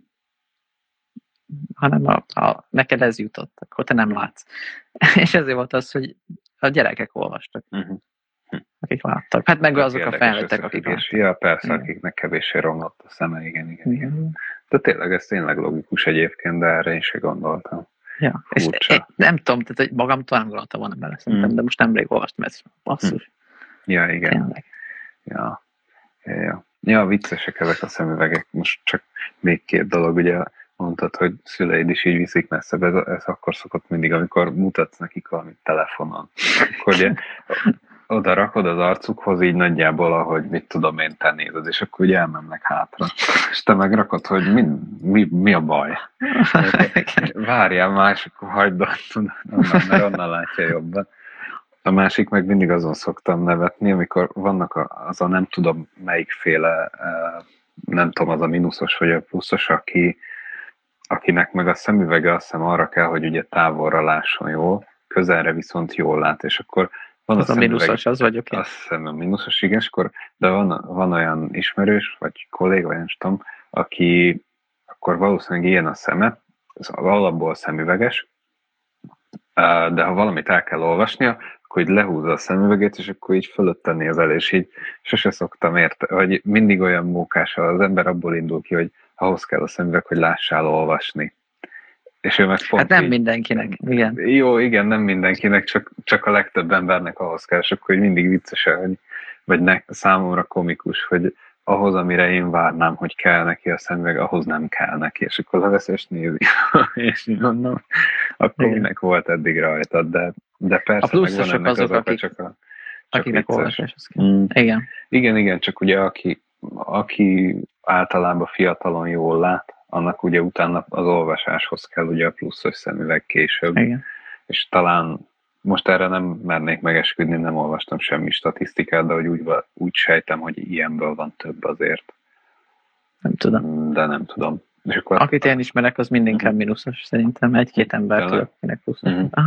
hanem a, a, neked ez jutott, akkor te nem látsz. És ezért volt az, hogy a gyerekek olvastak, mm-hmm. akik láttak. Hát meg azok a felnőttek, akik láttak. Ja, persze, igen. Akiknek kevéssé romlott a szeme, igen, igen, igen. igen. De tényleg ez tényleg logikus egyébként, de erre én se gondoltam. Ja, és e, nem tudom, tehát hogy magamtól nem gondoltam volna bele, szerintem, mm. de most nemrég olvastam ezt. Basszus. Mm. Ja, igen. Tényleg. Ja. Ja, ja. Ja, viccesek ezek a szemüvegek. Most csak még két dolog, ugye mondtad, hogy szüleid is így viszik messzebb. Ez, ez akkor szokott mindig, amikor mutatsz nekik valamit telefonon. Akkor ugye oda rakod az arcukhoz így nagyjából, ahogy mit tudom én, te nézed, és akkor ugye elmennek hátra. És te megrakod, hogy mi, mi, mi a baj. Várjál már, és akkor hagyd ott, onnan, mert onnan látja jobban. A másik meg mindig azon szoktam nevetni, amikor vannak a, az a nem tudom melyikféle, nem tudom, az a mínuszos vagy a pluszos, aki, akinek meg a szemüvege azt hiszem arra kell, hogy ugye távolra lásson jól, közelre viszont jól lát, és akkor van az a, a mínuszos, az vagyok én. Azt hiszem a mínuszos, igen, akkor, de van, van olyan ismerős, vagy kolléga, vagy nem tudom, aki akkor valószínűleg ilyen a szeme, az alapból szemüveges, de ha valamit el kell olvasnia, akkor így lehúzza a szemüvegét, és akkor így fölötte nézel, és így sose szoktam érte, hogy mindig olyan mókás, az ember abból indul ki, hogy ahhoz kell a szemüveg, hogy lássál olvasni. És ő meg pont hát nem így, mindenkinek, igen. Jó, igen, nem mindenkinek, csak, csak a legtöbb embernek ahhoz kell, és akkor mindig vicces, hogy, vagy ne, számomra komikus, hogy ahhoz, amire én várnám, hogy kell neki a szemüveg, ahhoz nem kell neki, és akkor levesz és nézi, és így mondom, akkor igen. Minek volt eddig rajtad, de, de persze a meg van ennek azok, az oka, akik, csak a csak akinek olvasás. Mm. Igen. Igen, igen, csak ugye aki, aki általában fiatalon jól lát, annak ugye utána az olvasáshoz kell ugye a pluszos szemüveg később. Igen. És talán most erre nem mernék megesküdni, nem olvastam semmi statisztikát, de hogy úgy, úgy sejtem, hogy ilyenből van több azért. Nem tudom. De nem tudom. És akkor akit én ismerek, az mindenképp uh-huh. mínuszos, szerintem. Egy-két ember tudok, akinek pluszos. Uh-huh. Aha.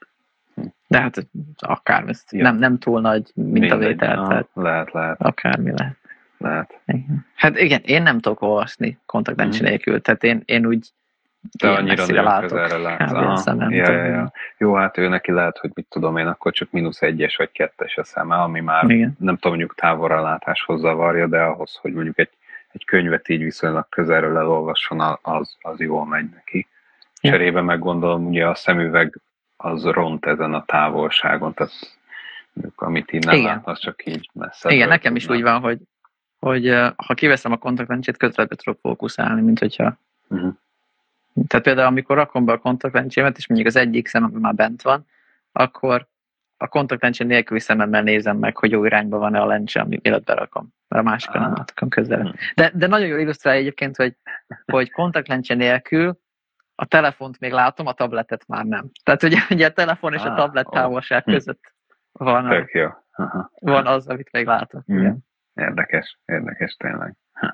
De hát akármi, ja. nem, nem túl nagy mintavétel. Tehát lehet, lehet. Akármi lehet. Lehet. Igen. Hát igen, én nem tudok olvasni kontaktlencse uh-huh. nélkül, tehát én, én úgy de annyira nagyon közelre látsz. Szemem, ja, ja, ja. Jó, hát ő neki lehet, hogy mit tudom én, akkor csak mínusz egyes vagy kettes a szeme, ami már igen. nem tudom, mondjuk távolra látáshoz zavarja, de ahhoz, hogy mondjuk egy, egy könyvet így viszonylag közelről elolvasson, az, az jól megy neki. Ja. Cserébe meg gondolom, ugye a szemüveg az ront ezen a távolságon, tehát amit így nem lát, az csak így messze. Igen, nekem is úgy van, hogy, hogy ha kiveszem a kontaktlencsét, közelebb tudok fókuszálni, mint hogyha uh-huh. Tehát például, amikor rakom be a kontaktlencsémet, és mondjuk az egyik szemem már bent van, akkor a kontaktlencsé nélküli szememmel nézem meg, hogy jó irányba van-e a lencse, amit berakom. Mert a másikon nem látok közelre. De, de nagyon jól illusztrálja egyébként, hogy, hogy kontaktlencse nélkül a telefont még látom, a tabletet már nem. Tehát ugye, ugye a telefon és a tablet távolság között van, Tök jó. van az, amit még látok. Mm. Igen. Érdekes, érdekes tényleg. Ha.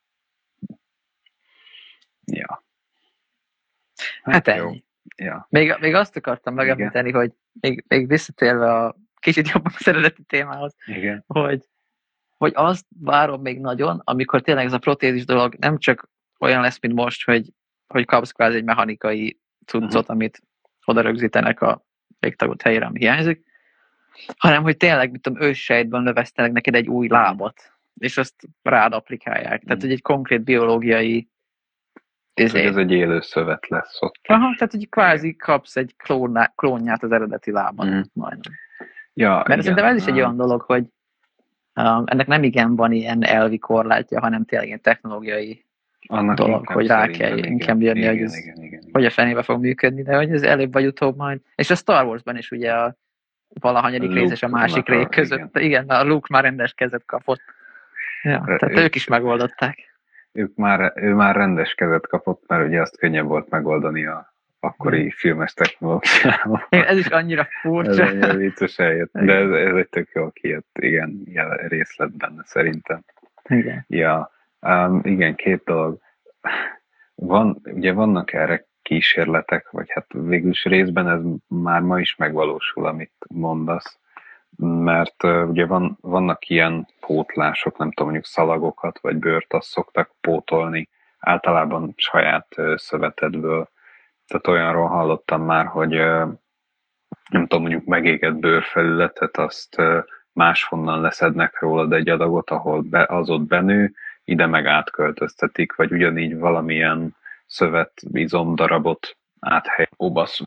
Ja. Hát, hát ennyi. Ja. Még, még azt akartam megemlíteni, hogy még, még visszatérve a kicsit jobban az eredeti témához, igen. Hogy, hogy azt várom még nagyon, amikor tényleg ez a protézis dolog nem csak olyan lesz, mint most, hogy, hogy kapsz kvázi egy mechanikai cuccot, uh-huh. amit oda rögzítenek a végtagot helyére, ami hiányzik, hanem hogy tényleg, mit tudom, őssejtben növesztenek neked egy új lábat, és azt rád applikálják. Tehát, uh-huh. hogy egy konkrét biológiai Ezért. Ez egy élő szövet lesz ott. Aha, tehát hogy kvázi kapsz egy klónát, klónját az eredeti lában. Mm. Majdnem. Ja, mert igen. Szerintem ez is egy olyan dolog, hogy um, ennek nem igen van ilyen elvi korlátja, hanem tényleg ilyen technológiai annak dolog, hogy rá kell inkább jönni, hogy, ez, igen, igen, igen. hogy a fenébe fog működni, de hogy ez előbb vagy utóbb majd. És a Star Warsban is ugye a valahanyadik rész és a másik rész között, igen. igen, a Luke már rendes kezet kapott. Ja, tehát ő, ők is megoldották. Ők már, ő már rendes kezet kapott, mert ugye azt könnyebb volt megoldani a akkori hmm. filmes technológiával. Ez is annyira furcsa. Ez annyira vicces eljött, de ez, ez egy tök jól kijött, igen, ilyen részlet benne szerintem. Igen. Ja, um, igen, két dolog. Van, ugye vannak erre kísérletek, vagy hát végülis részben ez már ma is megvalósul, amit mondasz, mert uh, ugye van, vannak ilyen pótlások, nem tudom, mondjuk szalagokat vagy bőrt azt szoktak pótolni, általában saját uh, szövetedből. Tehát olyanról hallottam már, hogy uh, nem tudom, mondjuk megégett bőrfelületet, azt uh, máshonnan leszednek rólad egy adagot, ahol be, az ott benő, ide meg átköltöztetik, vagy ugyanígy valamilyen szövet, izomdarabot áthely, obasz.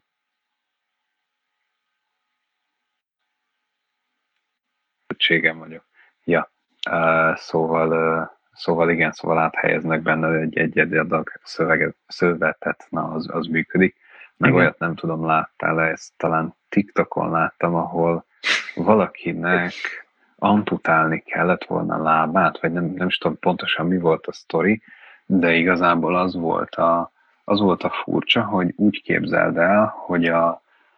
Ötségem vagyok. Ja, uh, szóval, uh, szóval igen, szóval áthelyeznek benne egy-egy adag szöveget, szövetet, na az, az működik. Meg igen. Olyat nem tudom, láttál-e, ezt talán TikTokon láttam, ahol valakinek amputálni kellett volna a lábát, vagy nem, nem is tudom pontosan mi volt a sztori, de igazából az volt a, az volt a furcsa, hogy úgy képzeld el, hogy a,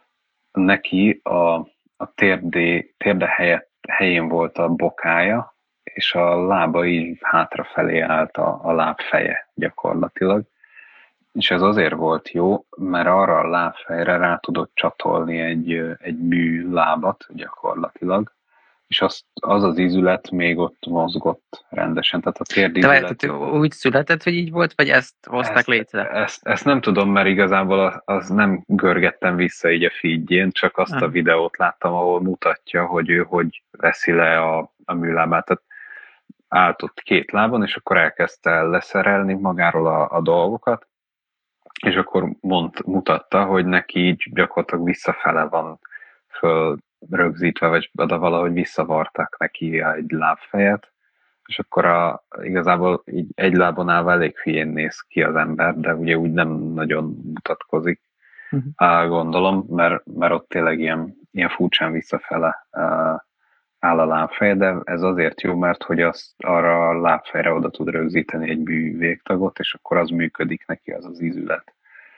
neki a, a térdé, térde helyett, helyén volt a bokája, és a lába így hátrafelé állt a, a lábfeje gyakorlatilag. És ez azért volt jó, mert arra a lábfejre rá tudott csatolni egy, egy mű lábat gyakorlatilag, és az, az az ízület még ott mozgott rendesen, tehát a térdízület... De úgy született, hogy így volt, vagy ezt hozták ezt, létre? Ezt, ezt nem tudom, mert igazából az, az nem görgettem vissza így a feedjén, csak azt a videót láttam, ahol mutatja, hogy ő hogy veszi le a, a műlábát. Tehát állt ott két lábon, és akkor elkezdte leszerelni magáról a, a dolgokat, és akkor mond, mutatta, hogy neki így gyakorlatilag visszafele van föl rögzítve, vagy oda valahogy visszavartak neki egy lábfejet, és akkor a, igazából így egy lábon állva elég hülyén néz ki az ember, de ugye úgy nem nagyon mutatkozik, uh-huh. gondolom, mert, mert ott tényleg ilyen, ilyen furcsán visszafele uh, áll a lábfej, de ez azért jó, mert hogy azt arra a lábfejre oda tud rögzíteni egy mű végtagot, és akkor az működik neki, az az ízület.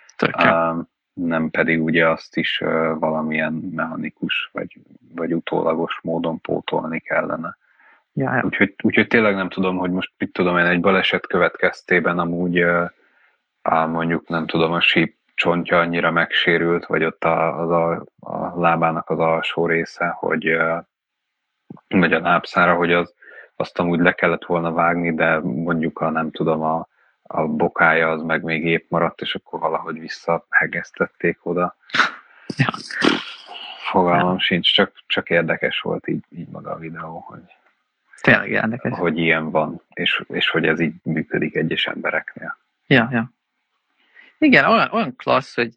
Uh, nem pedig ugye azt is uh, valamilyen mechanikus, vagy, vagy utólagos módon pótolni kellene. Ja, ja. Úgyhogy, úgyhogy tényleg nem tudom, hogy most mit tudom én, egy baleset következtében amúgy uh, mondjuk nem tudom, a síp csontja annyira megsérült, vagy ott a, az a, a lábának az alsó része, hogy uh, vagy a lábszára, hogy az, azt amúgy le kellett volna vágni, de mondjuk a nem tudom, a, a bokája az meg még épp maradt, és akkor valahogy visszahegesztették oda. Ja. Fogalmam ja. sincs, csak, csak érdekes volt így, így maga a videó, hogy, tényleg érdekes. hogy ilyen van, és, és hogy ez így működik egyes embereknél. Ja, ja. Igen, olyan, olyan klassz, hogy,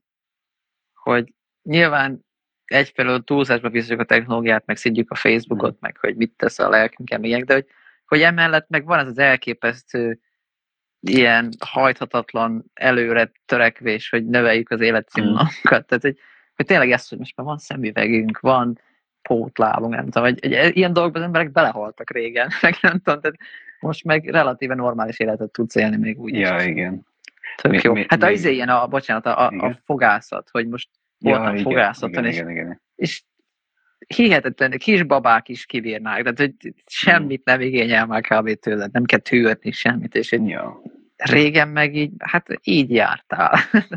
hogy nyilván egyfelől túlzásba visszük a technológiát, meg szidjuk a Facebookot, mm. meg hogy mit tesz a lelkünkkel, meg de hogy, hogy emellett meg van ez az elképesztő ilyen hajthatatlan előre törekvés, hogy növeljük az életszínvonalunkat. Mm. Tehát, hogy, hogy tényleg ez, hogy most már van szemüvegünk, van pótlábunk, nem tudom, hogy, hogy ilyen dolgokban az emberek belehaltak régen, meg nem tudom, tehát most meg relatíve normális életet tudsz élni még úgy ja, is. igen. Tök mi, jó. Mi, hát mi, az ilyen a, bocsánat, a, a fogászat, hogy most voltam ja, fogászaton, igen, és, igen, igen. és hihetetlen, kis babák is kibírnák, tehát hogy semmit nem igényel már kb. Tőled, nem kell tűrni semmit, és egy, ja. régen meg így, hát így jártál.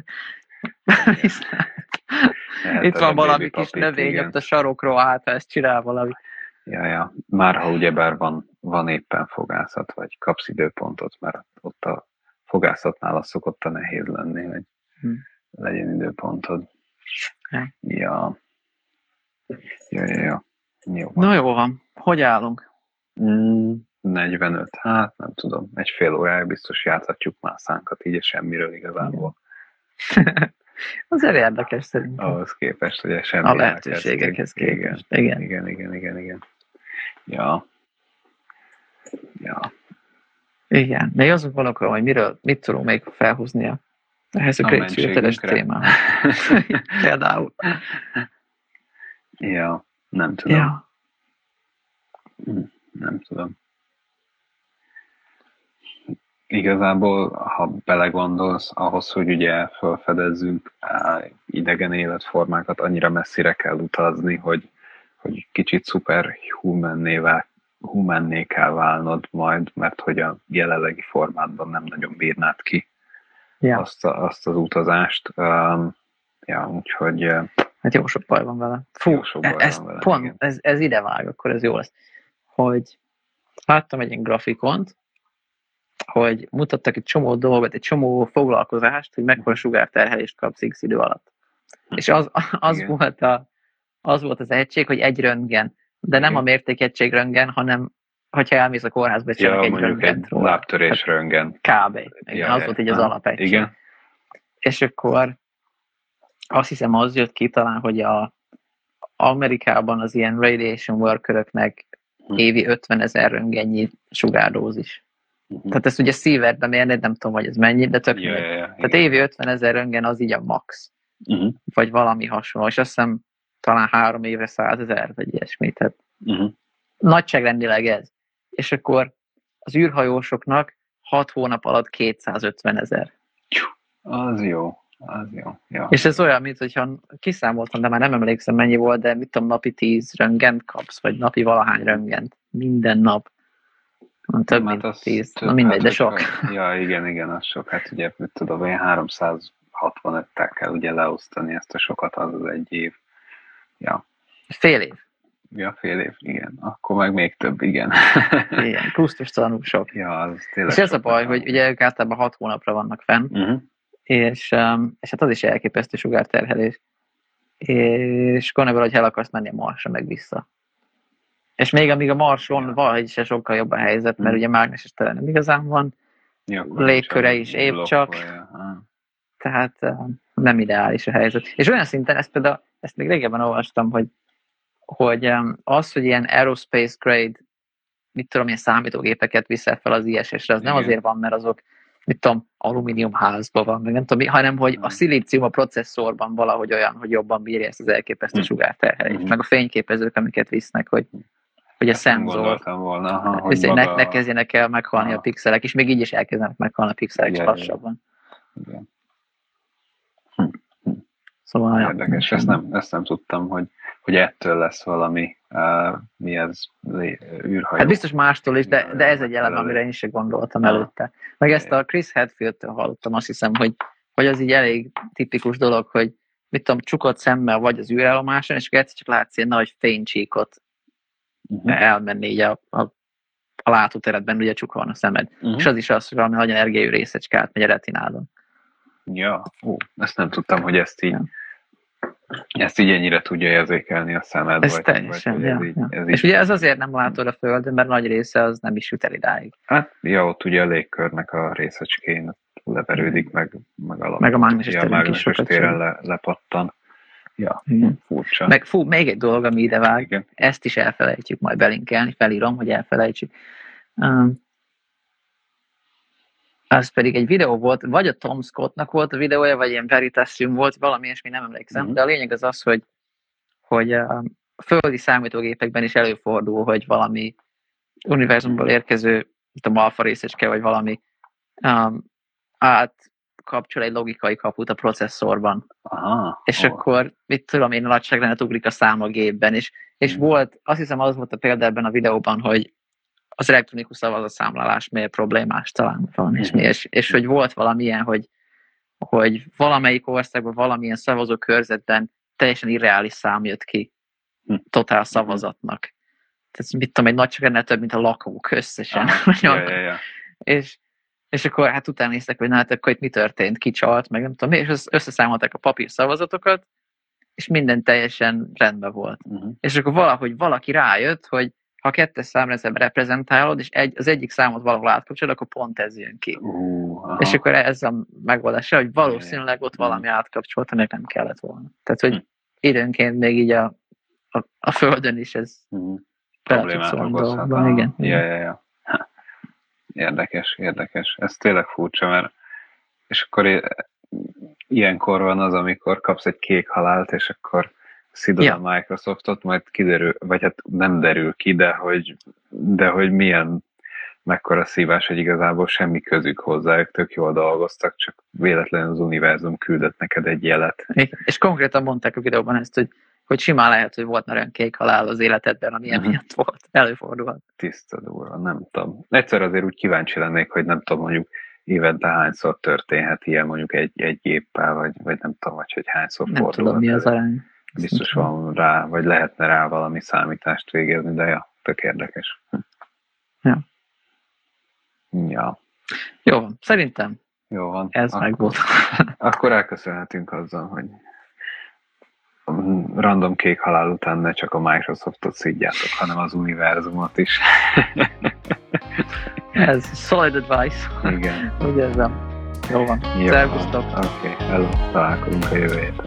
Itt van valami kis növény ott a sarokról át, ha ezt csinál valami. Ja, ja. Már ha ugyebár van, van éppen fogászat, vagy kapsz időpontot, mert ott a fogászatnál az szokott a nehéz lenni, hogy hmm. legyen időpontod. Ja. Ja. Ja, ja, ja. Jó van. Na jó van. Hogy állunk? Mm, negyvenöt. Hát nem tudom. Egy fél óráig biztos játszhatjuk már szánkat, így semmiről igazából. Azért érdekes szerintem. Ahhoz képest, hogy semmi. A lehetőségekhez képest. Igen. Igen, igen, igen, igen. Ja. Ja. Igen. Még azok van akkor, hogy miről, mit tudunk még felhúzni ehhez a krétszülteles témához. Például. Ja, nem tudom. Ja. Nem tudom. Igazából, ha belegondolsz, ahhoz, hogy ugye felfedezzünk idegen életformákat, annyira messzire kell utazni, hogy, hogy kicsit szuperhumanné kell válnod majd, mert hogy a jelenlegi formátban nem nagyon bírnád ki ja. azt, a, azt az utazást. Um, ja, úgyhogy... Hát jó sok baj van vele. Fú, baj ez, van vele, pont, ez, ez ide vág, akkor ez jó lesz. Hogy láttam egy ilyen grafikont, hogy mutattak egy csomó dolgot, egy csomó foglalkozást, hogy mekkora sugárterhelést kapsz X idő alatt. És az, az, volt, a, az volt az egység, hogy egy röntgen. De nem a mértékegység röntgen, hanem hogyha elmész a kórházba, és ja, egy mondjuk egy lábtörés röntgen. Kb. Igen, ja, az ja, volt így az alapegység. Igen. És akkor azt hiszem az jött ki talán, hogy a Amerikában az ilyen radiation workeröknek évi ötvenezer röntgennyi sugárdózis. Uh-huh. Tehát ezt ugye szívedben mérni, nem tudom, hogy ez mennyi, de tök yeah, yeah, Tehát évi ötvenezer röntgen az így a max. Uh-huh. Vagy valami hasonló. És azt hiszem talán három évre százezer, vagy ilyesmi. Tehát uh-huh. nagyságrendileg ez. És akkor az űrhajósoknak hat hónap alatt kétszázötvenezer. Az jó, az jó. Ja. És ez olyan, mint hogyha kiszámoltam, de már nem emlékszem mennyi volt, de mit tudom, napi tíz röntgent kapsz, vagy napi valahány röntgent. Minden nap. Több, mint az tíz. Több, na mindegy, hát, de sok. Ja, igen, igen, az sok. Hát ugye, mit tudom, én háromszázhatvanöttel kell ugye leosztani ezt a sokat, az az egy év. Ja. Fél év. Ja, fél év, igen. Akkor meg még több, igen. Igen, plusztustalanul sok. Ja, az tényleg. És ez a baj, hogy ugye ők általában hat hónapra vannak fenn, uh-huh. és, és hát az is elképesztő sugárterhelés. És gondolom, hogy el akarsz menni a Marsra meg vissza. És még amíg a Marson ja. valahogy is sokkal jobb a helyzet, mert uh-huh. ugye mágneses tere nem igazán van, ja, légköre is épp csak, tehát nem ideális a helyzet. És olyan szinten, ezt például, ezt még régebben olvastam, hogy hogy az, hogy ilyen aerospace grade, mit tudom, ilyen számítógépeket viszel fel az i es es-re, az igen. nem azért van, mert azok, mit tudom, alumínium házban van, meg nem tudom, hanem hogy a szilícium a processzorban valahogy olyan, hogy jobban bírja ezt az elképesztő hmm. sugárterhelést, hmm. meg a fényképezők, amiket visznek, hogy, hogy a szenzor, volna, aha, hogy ne, maga... ne kezdjenek el meghalni aha. a pixelek, és még így is elkezdenek meghalni a pixelek, igen, lassabban. Igen. Hm. Szóval érdekes, ezt nem, ezt nem tudtam, hogy hogy ettől lesz valami, uh, mi ez, űrhajó. Hát biztos mástól is, de, de ez egy elem, amire én sem gondoltam előtte. Meg ezt a Chris Hadfield-től hallottam, azt hiszem, hogy, hogy az így elég tipikus dolog, hogy mit tudom, csukott szemmel vagy az űrállomáson, és egyszer csak látsz ilyen nagy fénycsíkot uh-huh. elmenni így a, a, a látóteredben, ugye csukva van a szemed. Uh-huh. És az is az, hogy valami nagy energiájú részecske átmegy a retinádon. Ja, ó, ezt nem tudtam, hogy ezt így ja. Ezt így ennyire tudja érzékelni a szemed. Ez vagy, teljesen, vagy, ja, ez így, ja. Ez és így... ugye ez azért nem látod a Földön, mert nagy része az nem is jut el idáig. Hát, ja, ott ugye a légkörnek a részecskén leverődik, meg, meg, alap, meg a mágneses ja, mágneses téren le, lepattan. Ja, igen. Furcsa. Meg fú, még egy dolog, ami ide vág, igen. Ezt is elfelejtjük majd belinkelni, felírom, hogy elfelejtsük. Um, az pedig egy videó volt, vagy a Tom Scottnak volt a videója, vagy ilyen Veritasium volt, valami ilyesmi, nem emlékszem, mm-hmm. de a lényeg az az, hogy, hogy a földi számítógépekben is előfordul, hogy valami univerzumból érkező, tudom, alfa részecske, vagy valami um, átkapcsol egy logikai kaput a processzorban. Aha, és ó. akkor, mit tudom én, a nagyságrendet ugrik a szám a gépben, és, és mm. volt, azt hiszem az volt a példa ebben a videóban, hogy az elektronikus szavazatszámlálás miért problémás talán van, és, mm-hmm. és, és hogy volt valamilyen, hogy, hogy valamelyik országban, valamilyen szavazókörzetben teljesen irreális szám jött ki mm. totál szavazatnak. Tehát mit tudom, egy nagyságrendel több, mint a lakók összesen. Ah, ja, ja, ja. És, és akkor hát utána néztek, hogy na hát akkor itt mi történt, ki csalt, meg nem tudom, és összeszámolták a papír szavazatokat, és minden teljesen rendben volt. Uh-huh. És akkor valahogy valaki rájött, hogy ha kettes számrendszerben reprezentálod, és egy, az egyik számot valahol átkapcsolod, akkor pont ez jön ki. Uh, és akkor ez a megoldás, hogy valószínűleg ott valami átkapcsolt, aminek nem kellett volna. Tehát, hogy uh-huh. időnként még így a, a, a Földön is ez uh-huh. problémát okozhat. Igen. Ja, ja, ja. Érdekes, érdekes. Ez tényleg furcsa, mert és akkor ilyenkor van az, amikor kapsz egy kék halált, és akkor szidod ja. a Microsoftot, majd kiderül, vagy hát nem derül ki, de hogy, de hogy milyen mekkora szívás, hogy igazából semmi közük hozzá, ők tök jól dolgoztak, csak véletlenül az univerzum küldött neked egy jelet. Igen. És konkrétan mondták a videóban ezt, hogy, hogy simán lehet, hogy volt már olyan kék halál az életedben, ami uh-huh. emiatt volt, előfordulhat. Tiszta durva, nem tudom. Egyszer azért úgy kíváncsi lennék, hogy nem tudom, mondjuk évente hányszor történhet ilyen mondjuk egy, egy géppel, vagy, vagy nem tudom, vagy hogy hányszor nem fordulhat. Nem tudom, mi az arány. Biztos van rá, vagy lehetne rá valami számítást végezni, de ja, tök érdekes. Ja. Ja. Jó van, szerintem Jó van. ez akkor, meg volt. Akkor elköszönhetünk azzal, hogy random kék halál után ne csak a Microsoftot szidjátok, hanem az univerzumot is. Ez solid advice. Igen. Úgy érzem. Jó van. Szervusztok. Oké, okay. Hello. Találkozunk a jövő héten.